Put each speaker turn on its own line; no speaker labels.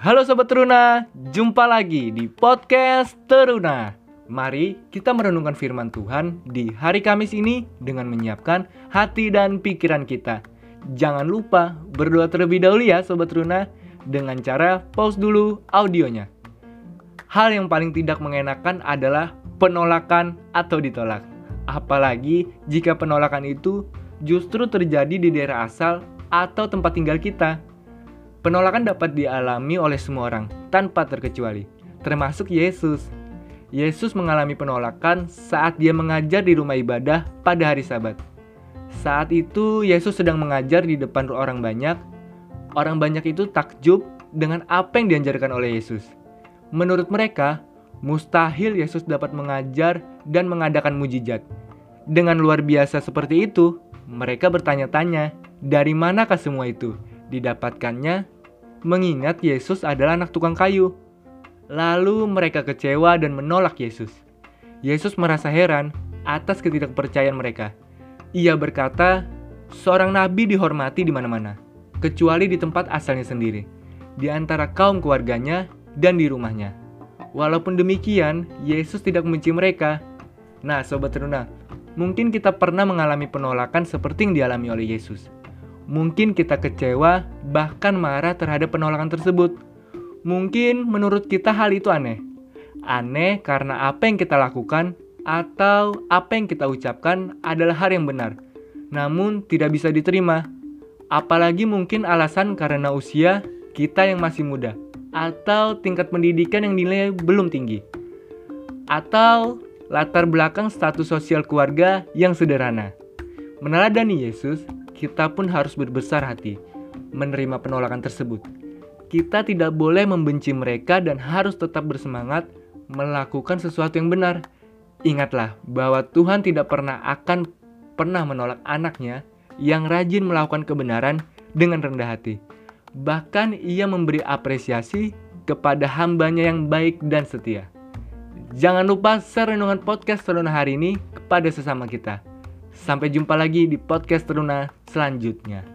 Halo Sobat Teruna, jumpa lagi di podcast Teruna. Mari kita merenungkan firman Tuhan di hari Kamis ini dengan menyiapkan hati dan pikiran kita. Jangan lupa berdoa terlebih dahulu ya Sobat Teruna, dengan cara pause dulu audionya. Hal yang paling tidak mengenakan adalah penolakan atau ditolak. Apalagi jika penolakan itu justru terjadi di daerah asal atau tempat tinggal kita. Penolakan dapat dialami oleh semua orang tanpa terkecuali, termasuk Yesus. Yesus mengalami penolakan saat dia mengajar di rumah ibadah pada hari Sabat. Saat itu Yesus sedang mengajar di depan orang banyak. Orang banyak itu takjub dengan apa yang diajarkan oleh Yesus. Menurut mereka, mustahil Yesus dapat mengajar dan mengadakan mujizat. Dengan luar biasa seperti itu, mereka bertanya-tanya, dari manakah semua itu didapatkannya? Mengingat Yesus adalah anak tukang kayu. Lalu mereka kecewa dan menolak Yesus. Yesus merasa heran atas ketidakpercayaan mereka. Ia berkata, seorang nabi dihormati di mana-mana, kecuali di tempat asalnya sendiri, di antara kaum keluarganya dan di rumahnya. Walaupun demikian, Yesus tidak membenci mereka. Nah, Sobat Teruna, mungkin kita pernah mengalami penolakan seperti yang dialami oleh Yesus. Mungkin kita kecewa, bahkan marah terhadap penolakan tersebut. Mungkin menurut kita hal itu aneh. Aneh karena apa yang kita lakukan atau apa yang kita ucapkan adalah hal yang benar, namun tidak bisa diterima. Apalagi mungkin alasan karena usia kita yang masih muda, atau tingkat pendidikan yang nilainya belum tinggi, atau latar belakang status sosial keluarga yang sederhana. Meneladani Yesus, kita pun harus berbesar hati menerima penolakan tersebut. Kita tidak boleh membenci mereka dan harus tetap bersemangat melakukan sesuatu yang benar. Ingatlah bahwa Tuhan tidak akan pernah menolak anaknya yang rajin melakukan kebenaran dengan rendah hati. Bahkan ia memberi apresiasi kepada hambanya yang baik dan setia. Jangan lupa share renungan podcast Teruna hari ini kepada sesama kita. Sampai jumpa lagi di podcast Teruna selanjutnya.